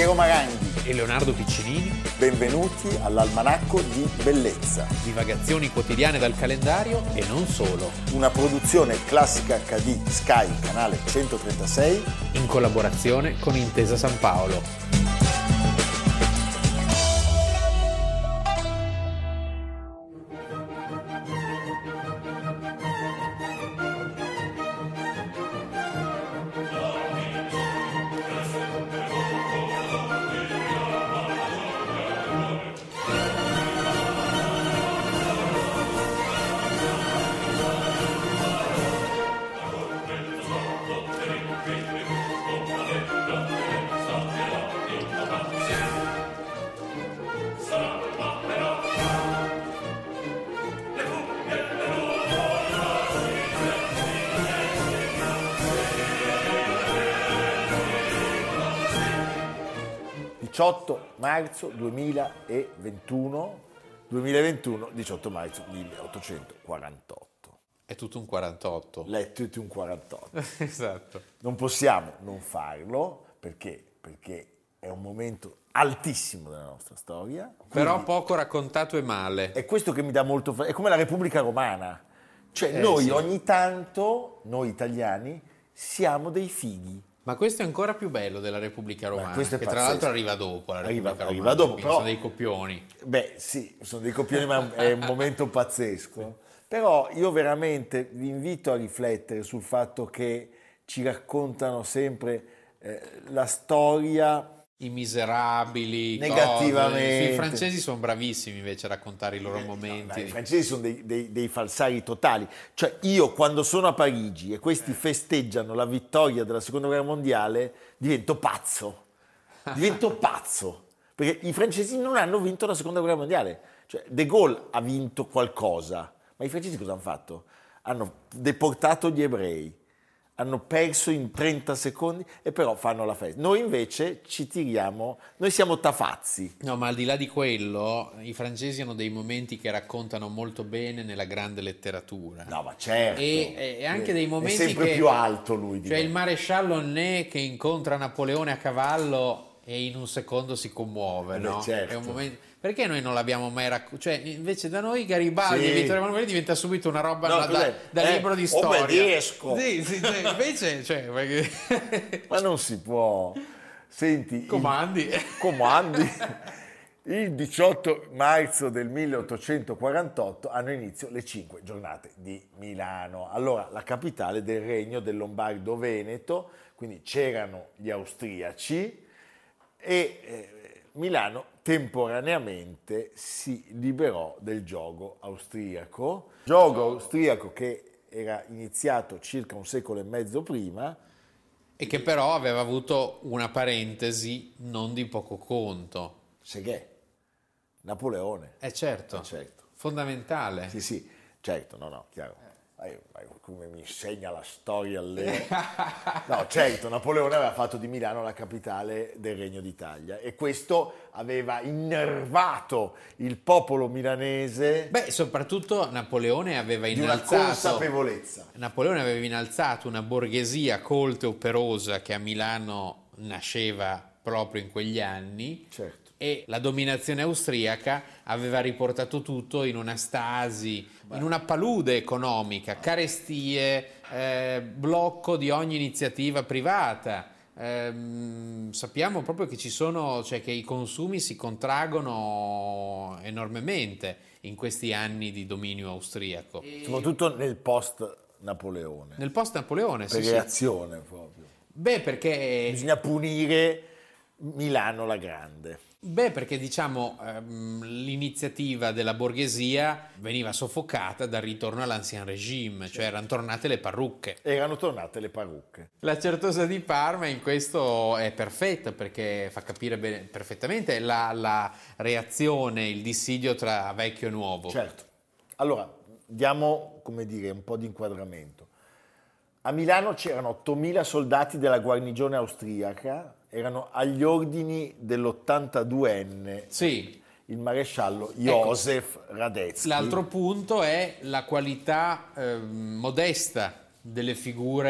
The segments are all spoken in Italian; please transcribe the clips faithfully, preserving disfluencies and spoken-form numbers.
Piero Maranghi e Leonardo Piccinini. Benvenuti all'Almanacco di Bellezza. Divagazioni quotidiane dal calendario e non solo. Una produzione Classica acca di Sky, canale centotrentasei. In collaborazione con Intesa San Paolo. diciotto marzo duemilaventuno, duemilaventuno, diciotto marzo milleottocentoquarantotto. È tutto un quarantotto. È tutto un quarantotto. Esatto. Non possiamo non farlo perché, perché è un momento altissimo della nostra storia. Però Quindi, poco raccontato e male. è questo che mi dà molto fastidio. È come la Repubblica Romana. Cioè Eh, noi sì. ogni tanto, noi italiani, siamo dei fighi. Ma questo è ancora più bello della Repubblica Beh, Romana, questo è che tra pazzesco. l'altro arriva dopo la Arriva- Repubblica arriva Romana, dopo, quindi però- sono dei copioni. Beh, sì, sono dei copioni, ma è un momento pazzesco. Però io veramente vi invito a riflettere sul fatto che ci raccontano sempre eh, la storia I miserabili, Negativamente. cose. I francesi sono bravissimi invece a raccontare i loro No, momenti. dai, i francesi sono dei, dei- dei falsari totali. Cioè io quando sono a Parigi e questi festeggiano la vittoria della seconda guerra mondiale divento pazzo. Divento pazzo. Perché i francesi non hanno vinto la seconda guerra mondiale. Cioè De Gaulle ha vinto qualcosa. Ma i francesi cosa hanno fatto? Hanno deportato gli ebrei. Hanno perso in trenta secondi e però fanno la festa. Noi invece ci tiriamo, noi siamo tafazzi. No, ma al di là di quello, i francesi hanno dei momenti che raccontano molto bene nella grande letteratura. No, ma certo. E, e anche dei momenti è sempre che, più alto lui di cioè me. il maresciallo Ney che incontra Napoleone a cavallo e in un secondo si commuove, Eh beh, no? certo. È un momento... Perché noi non l'abbiamo mai raccontato? Cioè, invece da noi Garibaldi Sì. e Vittorio Emanuele diventa subito una roba No, da, cos'è? da Eh, libro di storia. obbedisco. Sì, sì, sì, invece, cioè, perché... Ma non si può. Senti, comandi. il, comandi. Il diciotto marzo del milleottocentoquarantotto hanno inizio le cinque giornate di Milano. Allora, la capitale del regno del Lombardo-Veneto, quindi c'erano gli austriaci e eh, Milano temporaneamente si liberò del giogo austriaco. Giogo austriaco che era iniziato circa un secolo e mezzo prima. E che però aveva avuto una parentesi non di poco conto. Seghe, Napoleone. Eh certo, Eh, certo. fondamentale. Sì, sì, certo, no, no, chiaro. Eh, come mi insegna la storia lei. No, certo, Napoleone aveva fatto di Milano la capitale del Regno d'Italia e questo aveva innervato il popolo milanese Beh, soprattutto Napoleone aveva di una innalzato consapevolezza. Napoleone aveva innalzato una borghesia colta e operosa che a Milano nasceva proprio in quegli anni. Certo. E la dominazione austriaca aveva riportato tutto in una stasi, Beh. in una palude economica, carestie, eh, blocco di ogni iniziativa privata. Eh, sappiamo proprio che ci sono, cioè che i consumi si contraggono enormemente in questi anni di dominio austriaco. E... soprattutto nel post Napoleone. Nel post Napoleone, per sì, reazione sì. proprio. Beh, perché bisogna punire Milano la Grande. Beh, perché diciamo ehm, l'iniziativa della borghesia veniva soffocata dal ritorno all'ancien régime, cioè erano tornate le parrucche. Erano tornate le parrucche. La Certosa di Parma in questo è perfetta perché fa capire bene, perfettamente la, la reazione, il dissidio tra vecchio e nuovo. Certo. Allora, diamo, come dire, un po' di inquadramento. A Milano c'erano ottomila soldati della guarnigione austriaca, erano agli ordini dell'ottantaduenne, sì. il maresciallo Josef ecco, Radetzky. L'altro punto è la qualità eh, modesta delle figure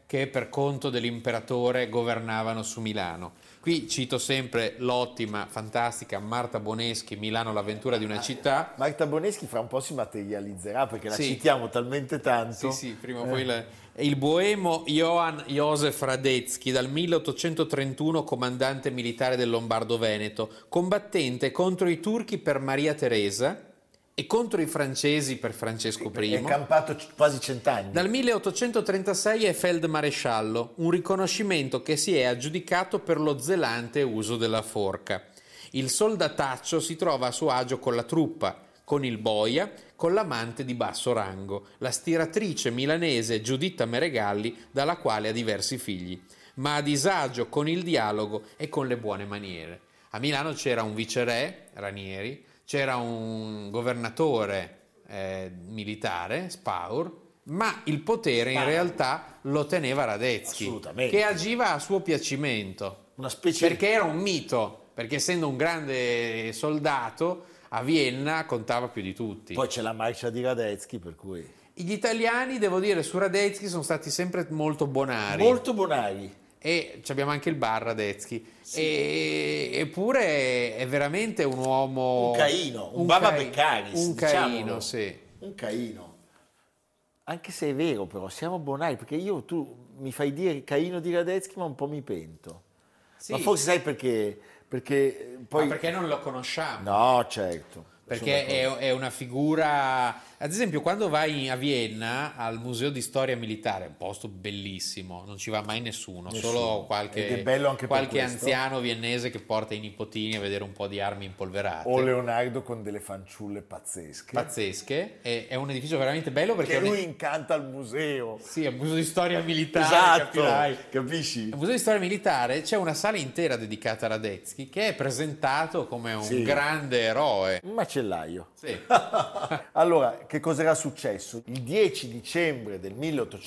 che per conto dell'imperatore governavano su Milano. Qui cito sempre l'ottima, fantastica Marta Boneschi, Milano, l'avventura di una città. Marta Boneschi fra un po' si materializzerà perché la Sì. citiamo talmente tanto. Sì, sì, prima o Eh. poi la- e il boemo Johann Josef Radetzky, dal milleottocentotrentuno comandante militare del Lombardo-Veneto, combattente contro i turchi per Maria Teresa e contro i francesi per Francesco È I. campato c- quasi cent'anni. Dal milleottocentotrentasei è feldmaresciallo, un riconoscimento che si è aggiudicato per lo zelante uso della forca. Il soldataccio si trova a suo agio con la truppa, con il boia, con l'amante di basso rango, la stiratrice milanese Giuditta Meregalli, dalla quale ha diversi figli, ma a disagio con il dialogo e con le buone maniere. A Milano c'era un viceré, Ranieri, c'era un governatore eh, militare, Spaur, ma il potere in Spaur. realtà lo teneva Radetzky, Assolutamente. che agiva a suo piacimento, Una specie perché era un mito, perché essendo un grande soldato a Vienna contava più di tutti. Poi c'è la marcia di Radetzky, per cui Gli italiani, devo dire, su Radetzky sono stati sempre molto bonari. molto bonari. E ci abbiamo anche il bar Radetzky. E, eppure è veramente un uomo... Un Caino, un Baba Cai- Beccaris, Un diciamolo. Caino, sì. Un Caino. Anche se è vero, però, siamo bonari, perché io, tu mi fai dire Caino di Radetzky, ma un po' mi pento. Sì. Ma forse sai perché? Perché poi... Ma perché non lo conosciamo? No, certo. Perché Sono d'accordo. è, è una figura, ad esempio quando vai a Vienna al Museo di Storia Militare, un posto bellissimo, non ci va mai nessuno, Nessuno. solo qualche, Ed è bello anche per qualche questo. anziano viennese che porta i nipotini a vedere un po' di armi impolverate. O Leonardo con delle fanciulle pazzesche. Pazzesche, è, è un edificio veramente bello perché Che è un- lui incanta al museo. sì, è un museo di storia militare, Esatto, capirai. capisci? Al Museo di Storia Militare c'è una sala intera dedicata a Radetzky che è presentato come un Sì. grande eroe. Un macellaio. Sì. Allora, che cosa era successo? Il dieci dicembre del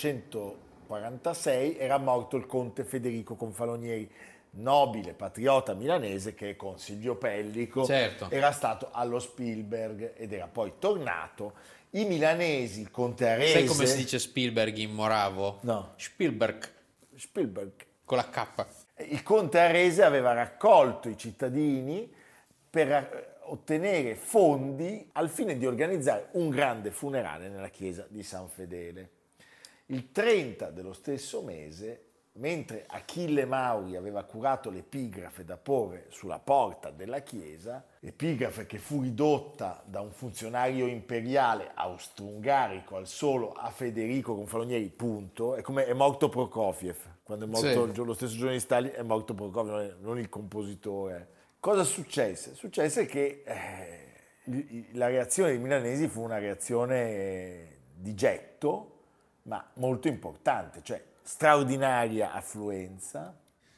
milleottocentoquarantasei era morto il conte Federico Confalonieri, nobile patriota milanese che con Silvio Pellico Certo. era stato allo Spielberg ed era poi tornato. I milanesi, il conte Arese... Sai come si dice Spielberg in moravo? No. Spielberg, Spielberg. con la K. Il conte Arese aveva raccolto i cittadini per ottenere fondi al fine di organizzare un grande funerale nella chiesa di San Fedele. Il trenta dello stesso mese, mentre Achille Mauri aveva curato l'epigrafe da porre sulla porta della chiesa, epigrafe che fu ridotta da un funzionario imperiale austro-ungarico al solo a Federico Confalonieri, punto, è come è morto Prokofiev, quando è morto Sì. il gio- lo stesso giorno di Stalin è morto Prokofiev, non è- non il compositore. Cosa successe? Successe che eh, il- il- la reazione dei milanesi fu una reazione eh, di getto, ma molto importante, cioè straordinaria affluenza.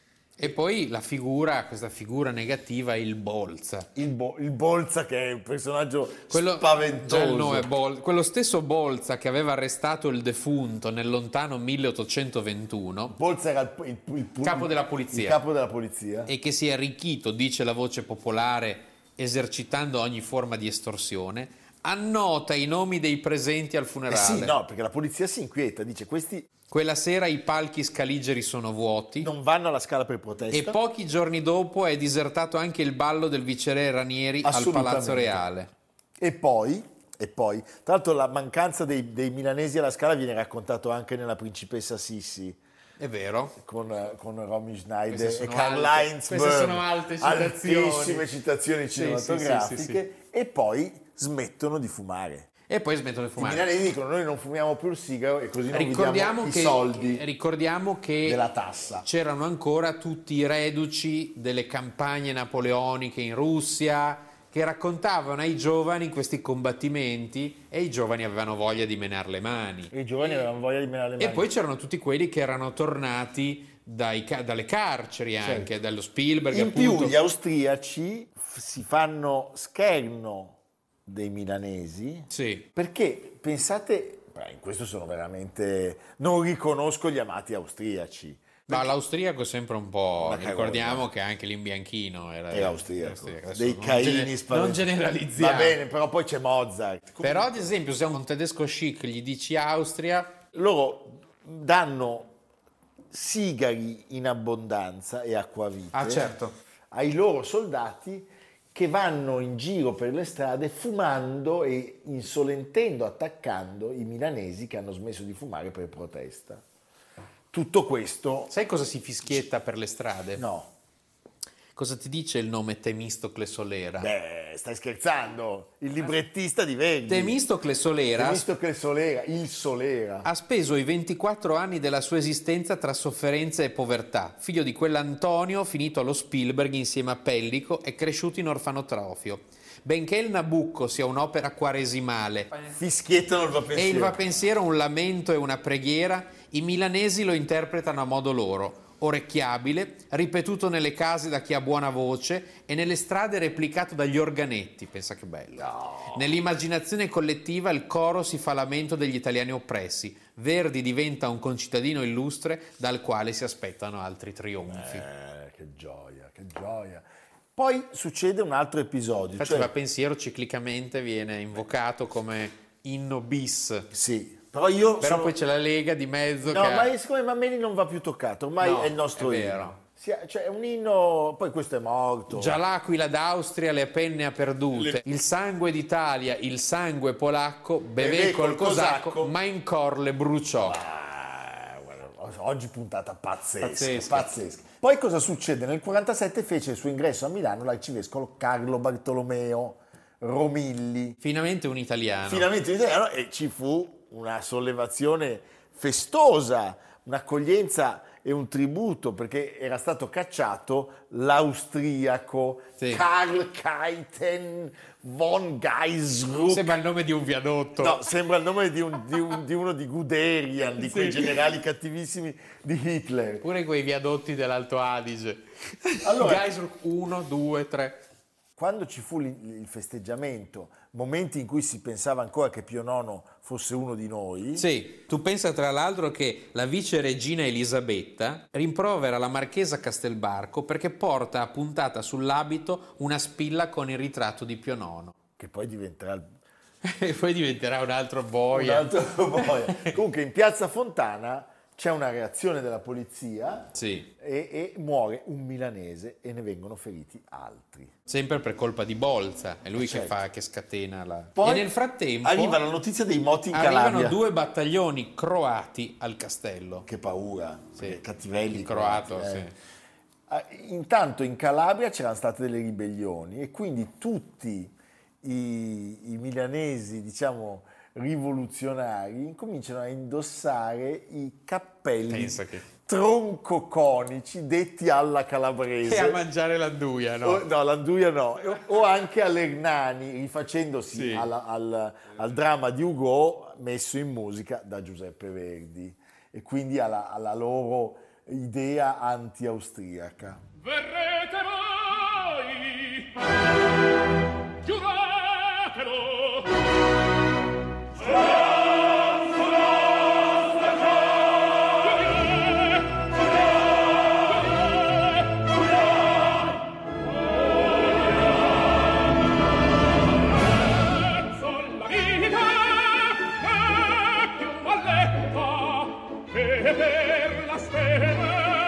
E poi la figura, questa figura negativa, il Bolza. Il, Bo- il Bolza che è un personaggio Quello, spaventoso. già il nome Bol- quello stesso Bolza che aveva arrestato il defunto nel lontano milleottocentoventuno Bolza era il, il- il- il- Capo della polizia. il capo della polizia. e che si è arricchito, dice la voce popolare, esercitando ogni forma di estorsione, annota i nomi dei presenti al Eh funerale. sì, no, perché la polizia si inquieta, dice questi Quella sera i palchi scaligeri sono vuoti. non vanno alla scala per protesta. E pochi giorni dopo è disertato anche il ballo del viceré Ranieri al Assolutamente. Palazzo Reale. E poi, e poi, tra l'altro la mancanza dei, dei milanesi alla scala viene raccontato anche nella Principessa Sissi È vero? con, eh, con Romy Schneider Queste e sono Karl alte- Heinz queste Böhm. sono alte citazioni. Altissime citazioni Sì, cinematografiche sì, sì, sì, e poi smettono di fumare. E poi smettono di I fumare. milanesi dicono noi non fumiamo più il sigaro e così non Ricordiamo vediamo che, i soldi ricordiamo che della tassa. c'erano ancora tutti i reduci delle campagne napoleoniche in Russia che raccontavano ai giovani questi combattimenti e i giovani avevano voglia di menare le mani. E i giovani avevano voglia di menare le mani. E poi c'erano tutti quelli che erano tornati dai ca- dalle carceri anche, Certo. dallo Spielberg In appunto. più gli austriaci f- si fanno scherno dei milanesi Sì. perché pensate, beh, in questo sono veramente, non riconosco gli amati austriaci. Ma l'austriaco è sempre un po'. Una carogna. Ricordiamo che anche l'imbianchino era, Era austriaco, austriaco. Adesso dei non caini gene- spaventosi. Non generalizziamo. Va bene, però poi c'è Mozart. Però, ad esempio, se a un tedesco chic gli dici Austria, Loro danno sigari in abbondanza e acquavite Ah, certo. ai loro soldati che vanno in giro per le strade fumando e insolentendo, attaccando i milanesi che hanno smesso di fumare per protesta. Tutto questo... Sai cosa si fischietta per le strade? No. Cosa ti dice il nome Temistocle Solera? Beh, stai scherzando? Il librettista di Verdi. Temistocle Solera Temistocle Solera, il Solera. ha speso i ventiquattro anni della sua esistenza tra sofferenza e povertà, figlio di quell'Antonio finito allo Spielberg insieme a Pellico e cresciuto in orfanotrofio. Benché il Nabucco sia un'opera quaresimale Fischiettano il va e pensiero. il va pensiero un lamento e una preghiera, i milanesi lo interpretano a modo loro, orecchiabile, ripetuto nelle case da chi ha buona voce e nelle strade replicato dagli organetti, pensa che bello. No. Nell'immaginazione collettiva il coro si fa lamento degli italiani oppressi, Verdi diventa un concittadino illustre dal quale si aspettano altri trionfi. Eh, che gioia, che gioia. Poi succede un altro episodio. Infatti cioè... va pensiero ciclicamente viene invocato come inno bis. Sì, però io Però sono... poi c'è la Lega di mezzo No, che... ma siccome Mameli non va più toccato, ormai No, è il nostro è inno. vero. Sia- Cioè, è un inno... Poi questo è morto. Già l'Aquila d'Austria le penne ha perdute, il sangue d'Italia, il sangue polacco, bevè Bevè col col cosacco, cosacco. ma in cor le bruciò. Ah, guarda, oggi puntata pazzesca, Pazzesca. pazzesca. Poi cosa succede? Nel quarantasette fece il suo ingresso a Milano l'arcivescovo Carlo Bartolomeo Romilli. Finalmente un italiano. Finalmente in italiano, e ci fu una sollevazione festosa, un'accoglienza e un tributo, perché era stato cacciato l'austriaco Sì. Karl Keiten von Gaisruck. Sembra il nome di un viadotto. No, sembra il nome di, un- di un- di uno di Guderian, di quei Sì. generali cattivissimi di Hitler. Pure quei viadotti dell'Alto Adige. Allora- Gaisruck uno, due, tre. Quando ci fu il il festeggiamento, momenti in cui si pensava ancora che Pio nono fosse uno di noi, Sì, tu pensa tra l'altro che la vice regina Elisabetta rimprovera la marchesa Castelbarco perché porta appuntata sull'abito una spilla con il ritratto di Pio nono. che poi diventerà il- E poi diventerà un altro un boia. altro boia. Comunque in Piazza Fontana c'è una reazione della polizia Sì, e, e muore un milanese e ne vengono feriti altri. sempre per colpa di Bolza, è lui Certo. che fa che scatena la... Poi e nel frattempo arriva la notizia dei moti in arrivano Calabria. due battaglioni croati al castello. Che paura, Sì. perché cattivelli. Il croato, croati, sì. eh. Ah, Intanto in Calabria c'erano state delle ribellioni e quindi tutti i, i milanesi, diciamo, rivoluzionari incominciano a indossare i cappelli Pensa che- troncoconici detti alla calabrese. E a mangiare l'anduia, no? O, no, l'anduia no, o, o anche all'Ernani, rifacendosi Sì. alla- al, al dramma di Hugo messo in musica da Giuseppe Verdi e quindi alla, alla loro idea anti-austriaca. Verrete voi, giuratelo. Sulla vita è più valletta che per la stella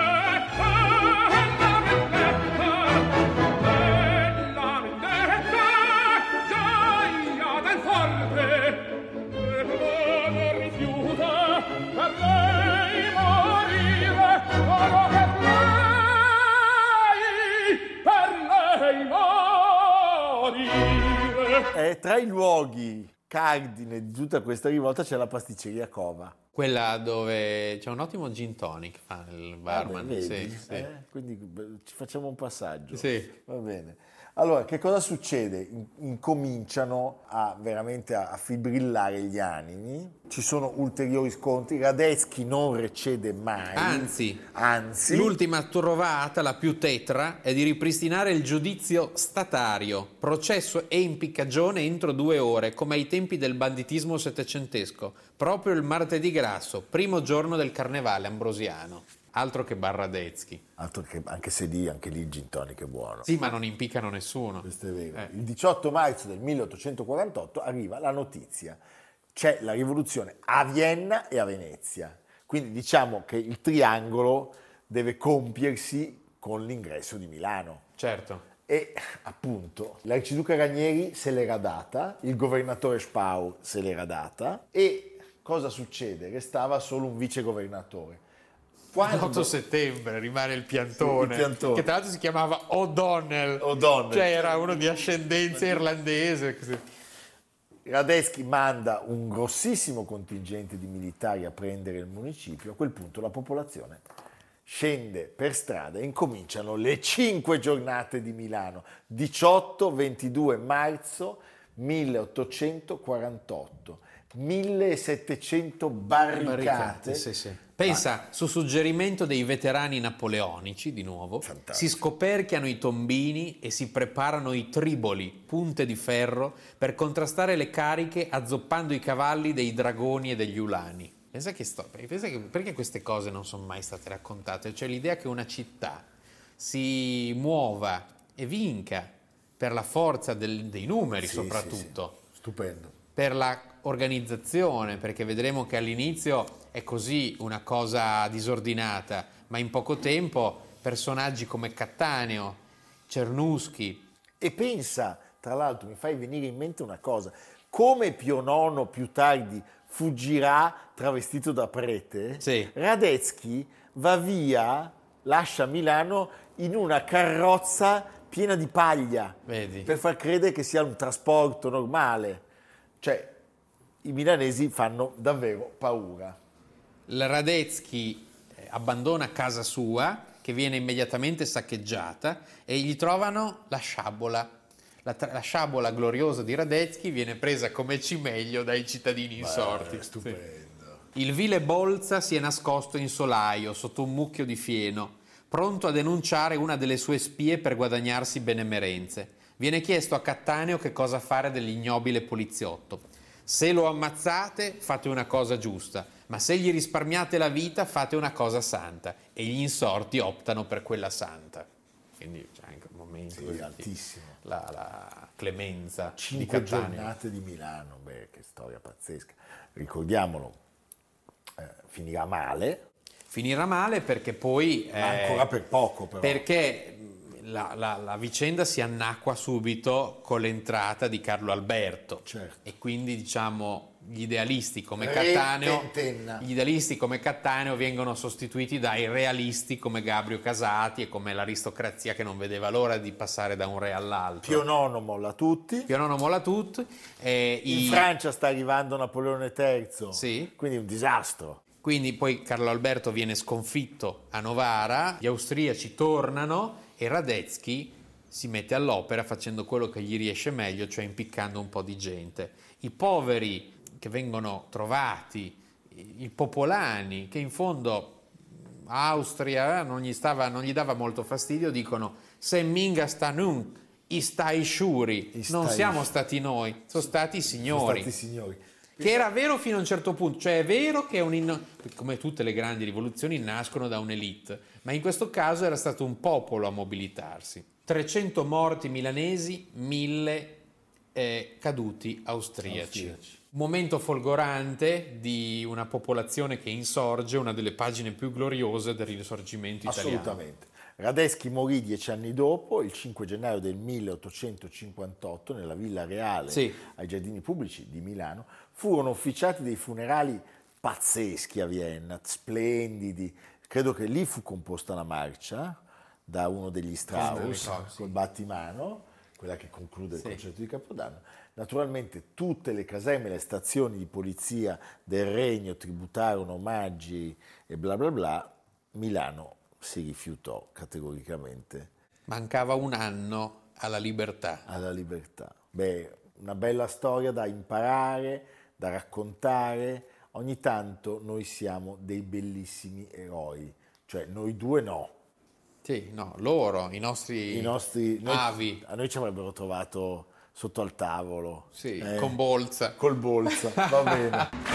E tra i luoghi cardine di tutta questa rivolta c'è la pasticceria Cova. Quella dove c'è un ottimo gin tonic, fa il barman. Vabbè, sì, vedi? sì. Eh? Quindi beh, ci facciamo un passaggio. Sì. Va bene. Allora, che cosa succede? In- incominciano a veramente a, a fibrillare gli animi, ci sono ulteriori scontri, Radetzky non recede mai. Anzi, Anzi, l'ultima trovata, la più tetra, è di ripristinare il giudizio statario, processo e impiccagione entro due ore, come ai tempi del banditismo settecentesco, proprio il martedì grasso, primo giorno del carnevale ambrosiano. Altro che Barradetzky. altro che, anche se lì, anche lì il gin tonic è buono. Sì, ma non impiccano nessuno. Questo è vero. Eh. Il diciotto marzo del milleottocentoquarantotto arriva la notizia. C'è la rivoluzione a Vienna e a Venezia. Quindi diciamo che il triangolo deve compiersi con l'ingresso di Milano. Certo. E appunto l'arciduca Ranieri se l'era data, il governatore Spau se l'era data e cosa succede? Restava solo un vicegovernatore. Quando... l'otto settembre rimane il piantone, Sì, il piantone, che tra l'altro si chiamava O'Donnell, O'Donnell. Cioè era uno di ascendenza irlandese. Radetzky manda un grossissimo contingente di militari a prendere il municipio. A quel punto la popolazione scende per strada e incominciano le cinque giornate di Milano, diciotto ventidue marzo milleottocentoquarantotto, millesettecento barricate. Barricate, sì, sì. Pensa, su suggerimento dei veterani napoleonici, di nuovo, Fantastico. Si scoperchiano i tombini e si preparano i triboli, punte di ferro, per contrastare le cariche azzoppando i cavalli dei dragoni e degli ulani. Pensa che sto, pensa che, perché queste cose non sono mai state raccontate? Cioè l'idea che una città si muova e vinca per la forza del, dei numeri, Sì, soprattutto. sì, sì. Stupendo. Per la organizzazione, perché vedremo che all'inizio è così una cosa disordinata, ma in poco tempo personaggi come Cattaneo, Cernuschi. E pensa, tra l'altro, mi fai venire in mente una cosa, come Pio nono più tardi fuggirà travestito da prete, Sì. Radetzky va via, lascia Milano in una carrozza piena di paglia, Vedi? per far credere che sia un trasporto normale. Cioè, i milanesi fanno davvero paura. Il Radetzky abbandona casa sua, che viene immediatamente saccheggiata, e gli trovano la sciabola. La, tra- la sciabola gloriosa di Radetzky viene presa come cimeglio dai cittadini insorti. Beh, stupendo. Sì. Il vile Bolza si è nascosto in solaio, sotto un mucchio di fieno, pronto a denunciare una delle sue spie per guadagnarsi benemerenze. Viene chiesto a Cattaneo che cosa fare dell'ignobile poliziotto. Se lo ammazzate, fate una cosa giusta, ma se gli risparmiate la vita, fate una cosa santa. E gli insorti optano per quella santa. Quindi c'è anche un momento Sì, di altissimo. la, la clemenza Cinque di Cattaneo. giornate di Milano, beh, che storia pazzesca. Ricordiamolo, eh, finirà male, Finirà male perché poi... ma eh, ancora per poco però. Perché la, la- la vicenda si annacqua subito con l'entrata di Carlo Alberto. Certo. E quindi diciamo gli idealisti come Re Cattaneo, tentenna. gli idealisti come Cattaneo vengono sostituiti dai realisti come Gabrio Casati e come l'aristocrazia che non vedeva l'ora di passare da un re all'altro. Pio nono molla tutti. Pio nono molla tutti. e In i- Francia sta arrivando Napoleone terzo, Sì. quindi un disastro. Quindi poi Carlo Alberto viene sconfitto a Novara, gli austriaci tornano e Radetzky si mette all'opera facendo quello che gli riesce meglio, cioè impiccando un po' di gente. I poveri che vengono trovati, i popolani, che in fondo Austria non gli, stava, non gli dava molto fastidio, dicono «Se minga sta nun, i stai sciuri, I non stai siamo sciuri. stati noi, sono stati i signori». Sono stati signori. Che era vero fino a un certo punto, cioè è vero che è un inno- come tutte le grandi rivoluzioni nascono da un'elite, ma in questo caso era stato un popolo a mobilitarsi. trecento morti milanesi, mille eh, caduti austriaci. Austriaci. Un momento folgorante di una popolazione che insorge, una delle pagine più gloriose del risorgimento italiano. Assolutamente. Radetzky morì dieci anni dopo, il cinque gennaio del milleottocentocinquantotto, nella Villa Reale Sì. ai Giardini Pubblici di Milano. Furono officiati dei funerali pazzeschi a Vienna, splendidi. Credo che lì fu composta la marcia da uno degli Strauss, Strauss, sì. col battimano, quella che conclude il Sì. concerto di Capodanno. Naturalmente tutte le caserme e le stazioni di polizia del Regno tributarono omaggi e bla bla bla. Milano si rifiutò categoricamente Mancava un anno alla libertà. alla libertà. Beh, una bella storia da imparare, da raccontare. Ogni tanto noi siamo dei bellissimi eroi, cioè noi due no. Sì, no, loro, i nostri, I nostri noi- avi, a noi ci avrebbero trovato sotto al tavolo. sì, Eh, con Bolza. col Bolza, va bene.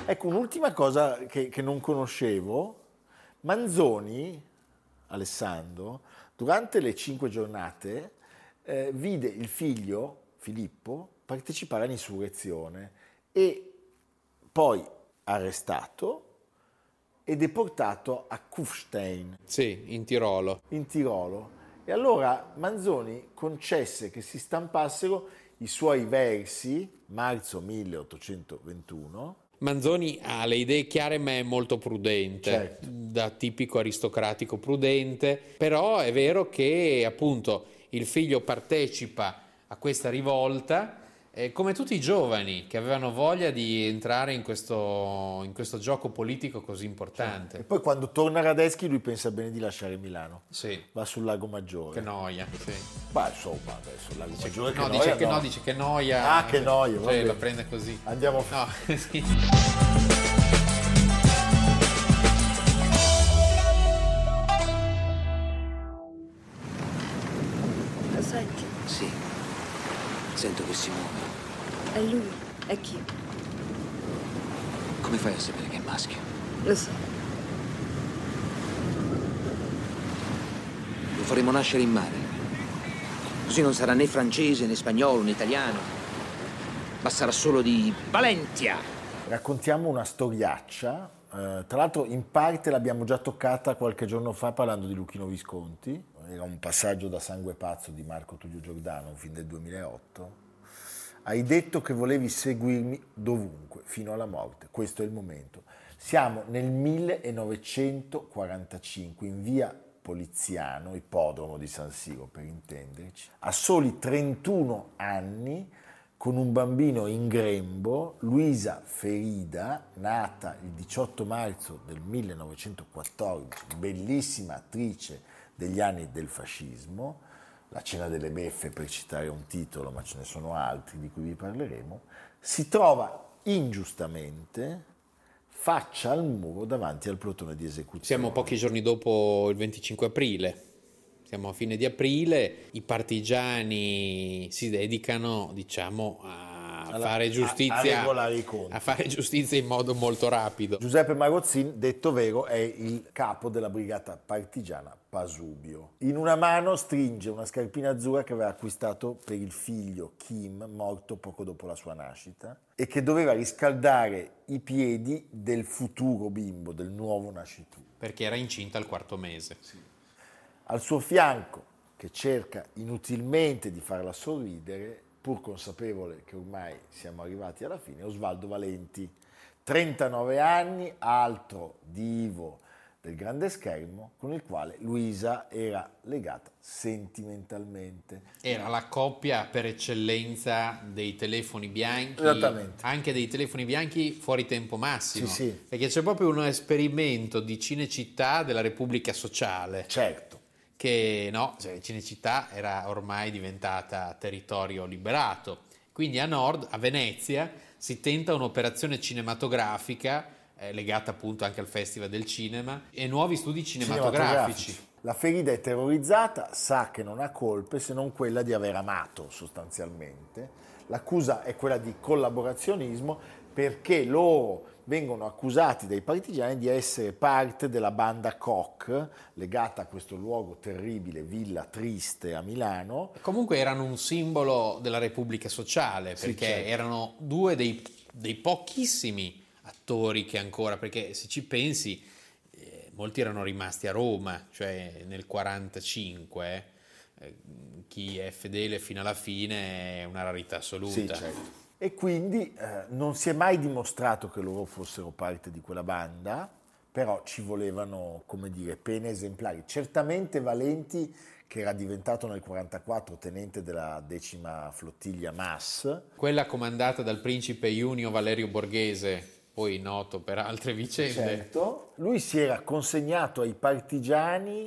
Ecco, un'ultima cosa che, che non conoscevo, Manzoni, Alessandro, durante le cinque giornate eh, vide il figlio, Filippo, partecipare all'insurrezione e poi arrestato e deportato a Kufstein. Sì, in Tirolo. In Tirolo. E allora Manzoni concesse che si stampassero i suoi versi, marzo milleottocentoventuno. Manzoni ha le idee chiare ma è molto prudente, certo. Da tipico aristocratico prudente, però è vero che appunto il figlio partecipa a questa rivolta, eh, come tutti i giovani che avevano voglia di entrare in questo, in questo gioco politico così importante. E poi quando torna Radetzky lui pensa bene di lasciare Milano. Sì. Va sul Lago Maggiore. Che noia, sì. Ma insomma, adesso il Lago Dice, Maggiore no, che dice noia, che no. no, dice che noia. Ah, che noia, va Cioè, bene. la prende così. Andiamo. No, sì. Lo senti? Sì, sento che si muove. È lui. È chi? Come fai a sapere che è maschio? Lo so. Lo faremo nascere in mare. Così non sarà né francese, né spagnolo, né italiano, ma sarà solo di Valentia. Raccontiamo una storiaccia, eh, tra l'altro in parte l'abbiamo già toccata qualche giorno fa parlando di Luchino Visconti, era un passaggio da Sangue pazzo di Marco Tullio Giordano, un film del duemilaotto. Hai detto che volevi seguirmi dovunque, fino alla morte, questo è il momento. Siamo nel millenovecentoquarantacinque, in via Poliziano, ippodromo di San Siro per intenderci, a soli trentuno anni, con un bambino in grembo, Luisa Ferida, nata il diciotto marzo del millenovecentoquattordici, bellissima attrice degli anni del fascismo, La cena delle beffe per citare un titolo, ma ce ne sono altri di cui vi parleremo, si trova ingiustamente faccia al muro davanti al plotone di esecuzione. Siamo pochi giorni dopo il venticinque aprile, siamo a fine di aprile, i partigiani si dedicano, diciamo, a Alla- fare giustizia, a- a regolare i conti. a fare giustizia in modo molto rapido. Giuseppe Magozzin, detto vero, è il capo della brigata partigiana Pasubio. In una mano stringe una scarpina azzurra che aveva acquistato per il figlio Kim, morto poco dopo la sua nascita, e che doveva riscaldare i piedi del futuro bimbo, del nuovo nascituro. Perché era incinta al quarto mese. Al suo fianco, che cerca inutilmente di farla sorridere, pur consapevole che ormai siamo arrivati alla fine, Osvaldo Valenti, trentanove anni, altro divo del grande schermo, con il quale Luisa era legata sentimentalmente. Era la coppia per eccellenza dei telefoni bianchi, Esattamente. anche dei telefoni bianchi fuori tempo massimo, Sì, sì. perché c'è proprio uno esperimento di Cinecittà della Repubblica Sociale, Certo. che no, cioè Cinecittà era ormai diventata territorio liberato, quindi a nord, a Venezia, si tenta un'operazione cinematografica eh, legata appunto anche al Festival del Cinema e nuovi studi cinematografici. La Ferida è terrorizzata, sa che non ha colpe se non quella di aver amato sostanzialmente. L'accusa è quella di collaborazionismo perché loro vengono accusati dai partigiani di essere parte della banda Koch, legata a questo luogo terribile, Villa Triste a Milano. Comunque erano un simbolo della Repubblica Sociale, Sì, perché certo. erano due dei, dei pochissimi attori che ancora, perché se ci pensi, eh, molti erano rimasti a Roma, cioè nel quarantacinque, eh, chi è fedele fino alla fine è una rarità assoluta. Sì, certo. E quindi eh, non si è mai dimostrato che loro fossero parte di quella banda, però ci volevano, come dire, pene esemplari. Certamente Valenti, che era diventato nel quarantaquattro tenente della decima flottiglia M A S. Quella comandata dal principe Junio Valerio Borghese, poi noto per altre vicende. Certo. Lui si era consegnato ai partigiani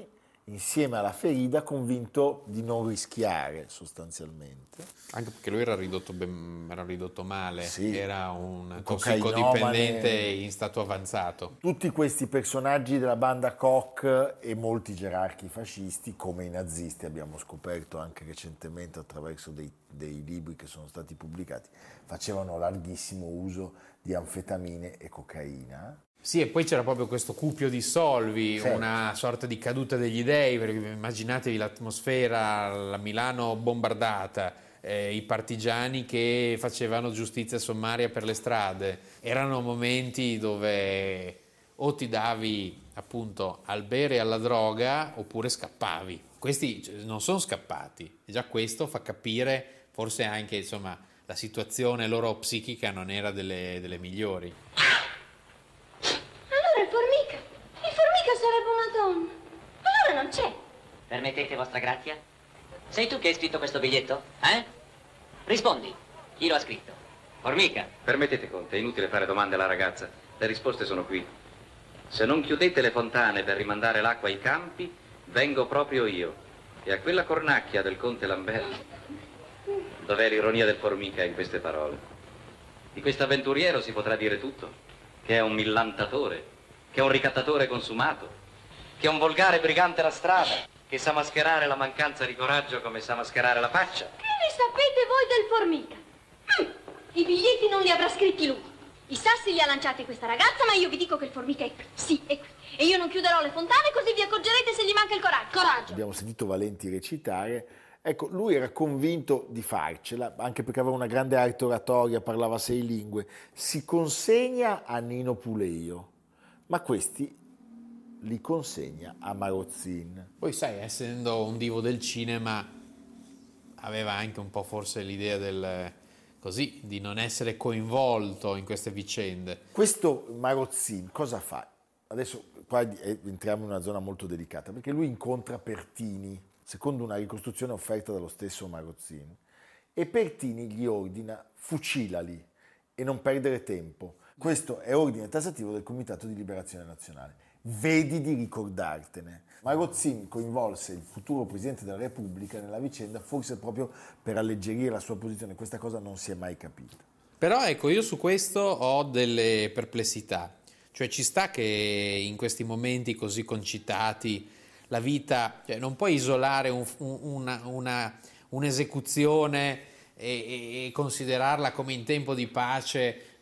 insieme alla ferita, convinto di non rischiare sostanzialmente. Anche perché lui era ridotto, ben, era ridotto male, Sì. era un Cocainomane. tossicodipendente in stato avanzato. Tutti questi personaggi della banda Koch e molti gerarchi fascisti, come i nazisti, abbiamo scoperto anche recentemente attraverso dei, dei libri che sono stati pubblicati, facevano larghissimo uso di anfetamine e cocaina. Sì, e poi c'era proprio questo cupio di solvi, Certo. una sorta di caduta degli dei, perché immaginatevi l'atmosfera, la Milano bombardata, eh, i partigiani che facevano giustizia sommaria per le strade. Erano momenti dove o ti davi appunto al bere e alla droga oppure scappavi. Questi non sono scappati, e già questo fa capire forse anche insomma la situazione loro psichica non era delle, delle migliori. Allora il formica, il formica sarebbe una donna. Allora non c'è. Permettete, vostra grazia? Sei tu che hai scritto questo biglietto? Eh? Rispondi. Chi lo ha scritto? Formica. Permettete, Conte, è inutile fare domande alla ragazza. Le risposte sono qui. Se non chiudete le fontane per rimandare l'acqua ai campi, vengo proprio io. E a quella cornacchia del Conte Lamberto. Dov'è l'ironia del Formica in queste parole? Di questo avventuriero si potrà dire tutto. Che è un millantatore, che è un ricattatore consumato, che è un volgare brigante alla strada, che sa mascherare la mancanza di coraggio come sa mascherare la faccia. Che ne sapete voi del formica? Mm, I biglietti non li avrà scritti lui. I sassi li ha lanciati questa ragazza, ma io vi dico che il formica è qui. Sì, è qui. E io non chiuderò le fontane, così vi accorgerete se gli manca il coraggio. Coraggio. Abbiamo sentito Valenti recitare. Ecco, lui era convinto di farcela, anche perché aveva una grande arte oratoria, parlava sei lingue. Si consegna a Nino Puleio, ma questi li consegna a Marozzin. Poi sai, essendo un divo del cinema, aveva anche un po' forse l'idea del così, di non essere coinvolto in queste vicende. Questo Marozzin cosa fa? Adesso qua entriamo in una zona molto delicata, perché lui incontra Pertini, secondo una ricostruzione offerta dallo stesso Marozzin, e Pertini gli ordina fucilali e non perdere tempo. Questo è ordine tassativo del Comitato di Liberazione Nazionale. Vedi di ricordartene. Marozzin coinvolse il futuro Presidente della Repubblica nella vicenda, forse proprio per alleggerire la sua posizione. Questa cosa non si è mai capita. Però ecco, io su questo ho delle perplessità. Cioè ci sta che in questi momenti così concitati la vita, cioè non puoi isolare un, una, una, un'esecuzione e, e considerarla come in tempo di pace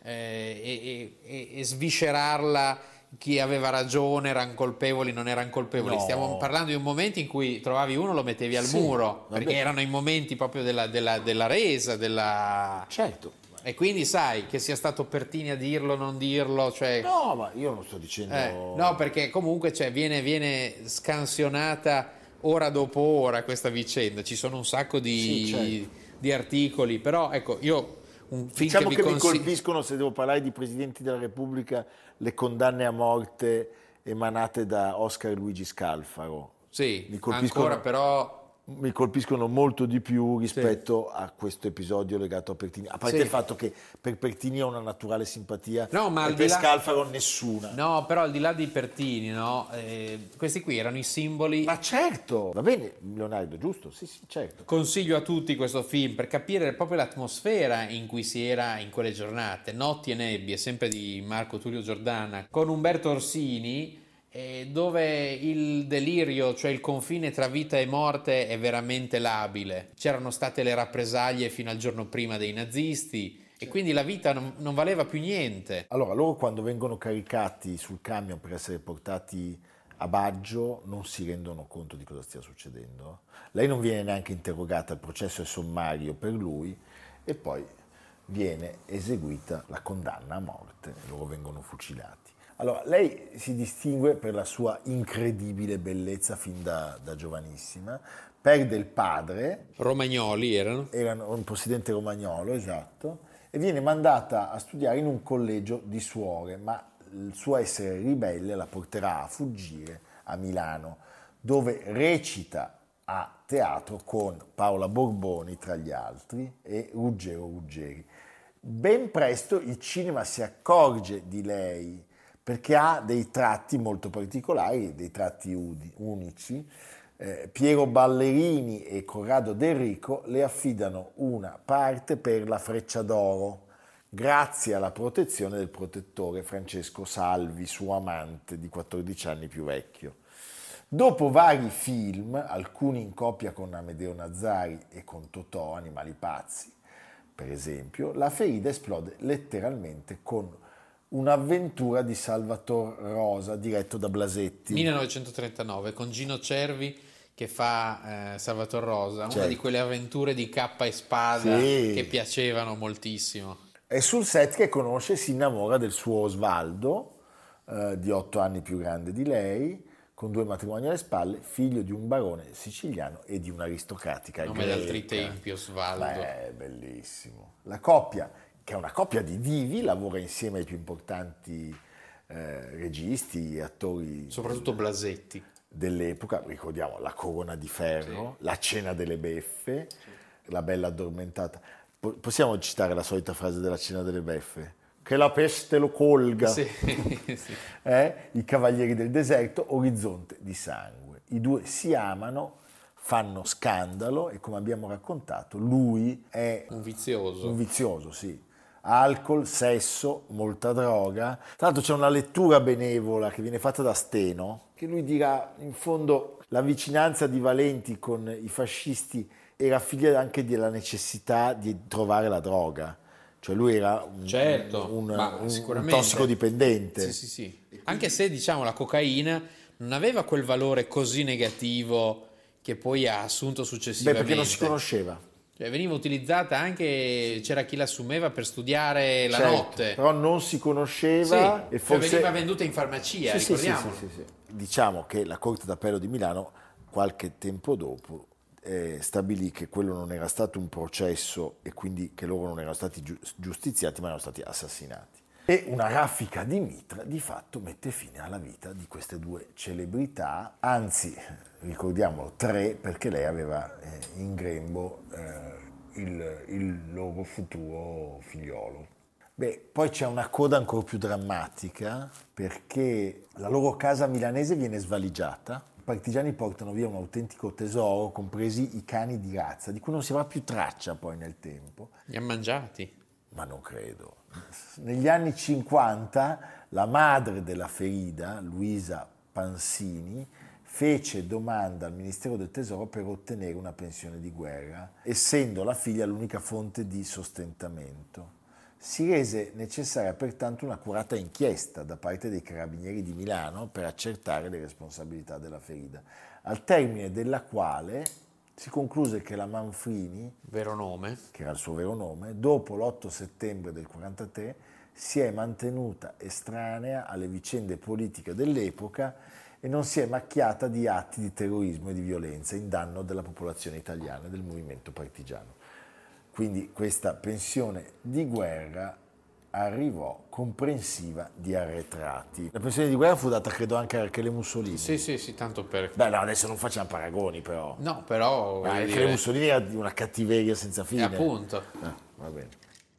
eh, e, e, e sviscerarla, chi aveva ragione, erano colpevoli, non erano colpevoli. No. Stiamo parlando di un momento in cui trovavi uno, lo mettevi al Sì, muro, vabbè. perché erano i momenti proprio della, della, della resa, della... Certo. E quindi sai che sia stato Pertini a dirlo, non dirlo, cioè... No, ma io non sto dicendo... Eh, no, perché comunque cioè, viene, viene scansionata ora dopo ora questa vicenda. Ci sono un sacco di, Sì, certo. di articoli, però ecco, io un film Diciamo che che, vi mi consiglio... colpiscono, se devo parlare di Presidenti della Repubblica, le condanne a morte emanate da Oscar Luigi Scalfaro. Sì, mi colpiscono, ancora però... mi colpiscono molto di più rispetto sì. a questo episodio legato a Pertini. A parte sì. il fatto che per Pertini ho una naturale simpatia, no, ma e al per di là... Scalfaro nessuna. No, però al di là di Pertini, no? Eh, questi qui erano i simboli... Ma certo! Va bene, Leonardo, giusto? Sì, sì, certo. Consiglio a tutti questo film per capire proprio l'atmosfera in cui si era in quelle giornate. Notti e nebbie, sempre di Marco Tullio Giordana, con Umberto Orsini, eh, dove il delirio, cioè il confine tra vita e morte, è veramente labile. C'erano state le rappresaglie fino al giorno prima dei nazisti e quindi la vita non, non valeva più niente. Allora, loro quando vengono caricati sul camion per essere portati a Baggio non si rendono conto di cosa stia succedendo. Lei non viene neanche interrogata, il processo è sommario per lui e poi viene eseguita la condanna a morte, loro vengono fucilati. Allora, lei si distingue per la sua incredibile bellezza fin da, da giovanissima, perde il padre. Romagnoli erano. Erano un possidente romagnolo, esatto, e viene mandata a studiare in un collegio di suore, ma il suo essere ribelle la porterà a fuggire a Milano, dove recita a teatro con Paola Borboni, tra gli altri, e Ruggero Ruggeri. Ben presto il cinema si accorge di lei, perché ha dei tratti molto particolari, dei tratti udi- unici. Eh, Piero Ballerini e Corrado Del Rico le affidano una parte per la Freccia d'Oro, grazie alla protezione del protettore Francesco Salvi, suo amante di quattordici anni più vecchio. Dopo vari film, alcuni in coppia con Amedeo Nazzari e con Totò, Animali Pazzi, per esempio, la ferita esplode letteralmente con Un'avventura di Salvator Rosa, diretto da Blasetti. millenovecentotrentanove, con Gino Cervi che fa eh, Salvator Rosa, Certo. una di quelle avventure di cappa e spada Sì. che piacevano moltissimo. È sul set che conosce e si innamora del suo Osvaldo, eh, di otto anni più grande di lei, con due matrimoni alle spalle, figlio di un barone siciliano e di un'aristocratica Nome greca. d'altri tempi, Osvaldo. Beh, bellissimo. La coppia, che è una coppia di divi, lavora insieme ai più importanti eh, registi e attori Soprattutto Blasetti. dell'epoca. Ricordiamo La Corona di Ferro, La Cena delle Beffe, La Bella Addormentata. Po- Possiamo citare la solita frase della Cena delle Beffe? Che la peste lo colga. Sì, sì. Eh? I Cavalieri del Deserto, Orizzonte di Sangue. I due si amano, fanno scandalo e, come abbiamo raccontato, lui è Un vizioso. un vizioso, sì. Alcol, sesso, molta droga. Tra l'altro c'è una lettura benevola che viene fatta da Steno, che lui dirà, in fondo, la vicinanza di Valenti con i fascisti era figlia anche della necessità di trovare la droga. Cioè lui era un, Certo, un, ma un- un sicuramente. tossicodipendente. Sì, sì, sì. Anche se, diciamo, la cocaina non aveva quel valore così negativo che poi ha assunto Beh, successivamente. perché non si conosceva. Cioè, veniva utilizzata anche, c'era chi l'assumeva per studiare la Certo, notte. però non si conosceva Sì, e cioè forse veniva venduta in farmacia, Sì, sì, sì, ricordiamolo. sì, sì, sì. Diciamo che la Corte d'Appello di Milano qualche tempo dopo eh, stabilì che quello non era stato un processo e quindi che loro non erano stati giu- giustiziati ma erano stati assassinati. E una raffica di mitra di fatto mette fine alla vita di queste due celebrità, anzi ricordiamolo tre, perché lei aveva eh, in grembo eh, il, il loro futuro figliolo. Beh, poi c'è una coda ancora più drammatica perché la loro casa milanese viene svaligiata. I partigiani portano via un autentico tesoro, compresi i cani di razza, di cui non si avrà più traccia poi nel tempo. Li ha mangiati. Ma non credo. Negli anni cinquanta la madre della ferida, Luisa Pansini, fece domanda al Ministero del Tesoro per ottenere una pensione di guerra, essendo la figlia l'unica fonte di sostentamento. Si rese necessaria pertanto un'accurata inchiesta da parte dei carabinieri di Milano per accertare le responsabilità della ferida, al termine della quale si concluse che la Manfrini, Vero nome. che era il suo vero nome, dopo l'otto settembre del quarantatré si è mantenuta estranea alle vicende politiche dell'epoca e non si è macchiata di atti di terrorismo e di violenza in danno della popolazione italiana e del movimento partigiano. Quindi questa pensione di guerra arrivò comprensiva di arretrati. La pensione di guerra fu data credo anche a Rachele Mussolini. Sì, sì, sì, tanto per... Beh, no, adesso non facciamo paragoni però. No, però... Ma voglio Rachele dire, Mussolini era di una cattiveria senza fine. appunto. Ah, va bene.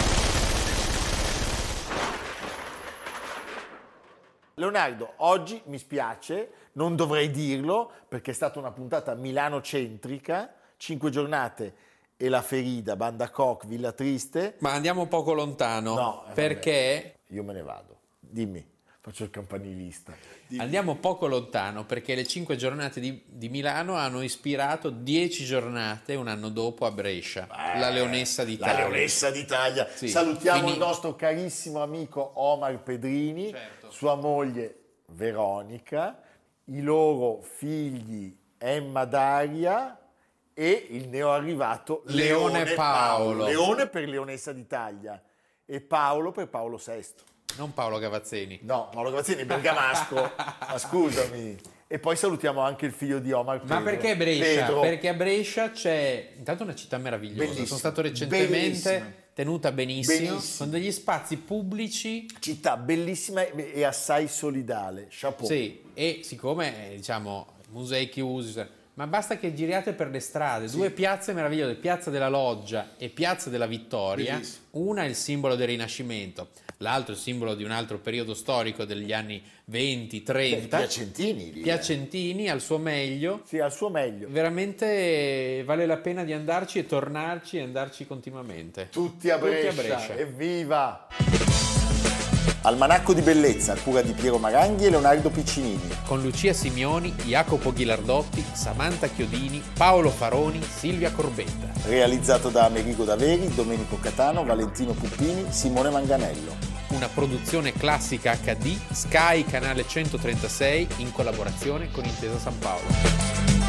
Leonardo, oggi mi spiace, non dovrei dirlo perché è stata una puntata milanocentrica, cinque giornate e la ferida, Banda Koch, Villa Triste. Ma andiamo poco lontano, No, eh, perché... Io me ne vado, dimmi, faccio il campanilista. Dimmi. Andiamo poco lontano perché le cinque giornate di, di Milano hanno ispirato dieci giornate un anno dopo a Brescia, Eh, la Leonessa d'Italia. La Leonessa d'Italia. Sì. Salutiamo Fini- il nostro carissimo amico Omar Pedrini, Certo. sua moglie Veronica, i loro figli Emma Daria e il neoarrivato Leone Leone Paolo. Leone per Leonessa d'Italia e Paolo per Paolo sesto. Non Paolo Gavazzeni. No, Paolo Gavazzini, bergamasco, ma scusami. E poi salutiamo anche il figlio di Omar Pedro. Ma perché Brescia? Pedro. Perché a Brescia c'è intanto una città meravigliosa. Bellissima, Sono stato recentemente, bellissima. tenuta benissimo, Benissimo. con degli spazi pubblici. Città bellissima e e assai solidale. Chapeau. Sì, e siccome eh, diciamo musei chiusi, ma basta che giriate per le strade, due piazze meravigliose, Piazza della Loggia e Piazza della Vittoria. Bellissimo. Una è il simbolo del Rinascimento, l'altro è simbolo di un altro periodo storico degli anni venti trenta. Beh, Piacentini. Lì, Piacentini al suo meglio. Sì, al suo meglio. Veramente vale la pena di andarci e tornarci e andarci continuamente. Tutti a Brescia. Tutti a Brescia. Evviva! Almanacco di bellezza, a cura di Piero Maranghi e Leonardo Piccinini. Con Lucia Simioni, Jacopo Ghilardotti, Samantha Chiodini, Paolo Faroni, Silvia Corbetta. Realizzato da Amerigo Daveri, Domenico Catano, Valentino Puppini, Simone Manganello. Una produzione classica acca di, Sky Canale centotrentasei, in collaborazione con Intesa San Paolo.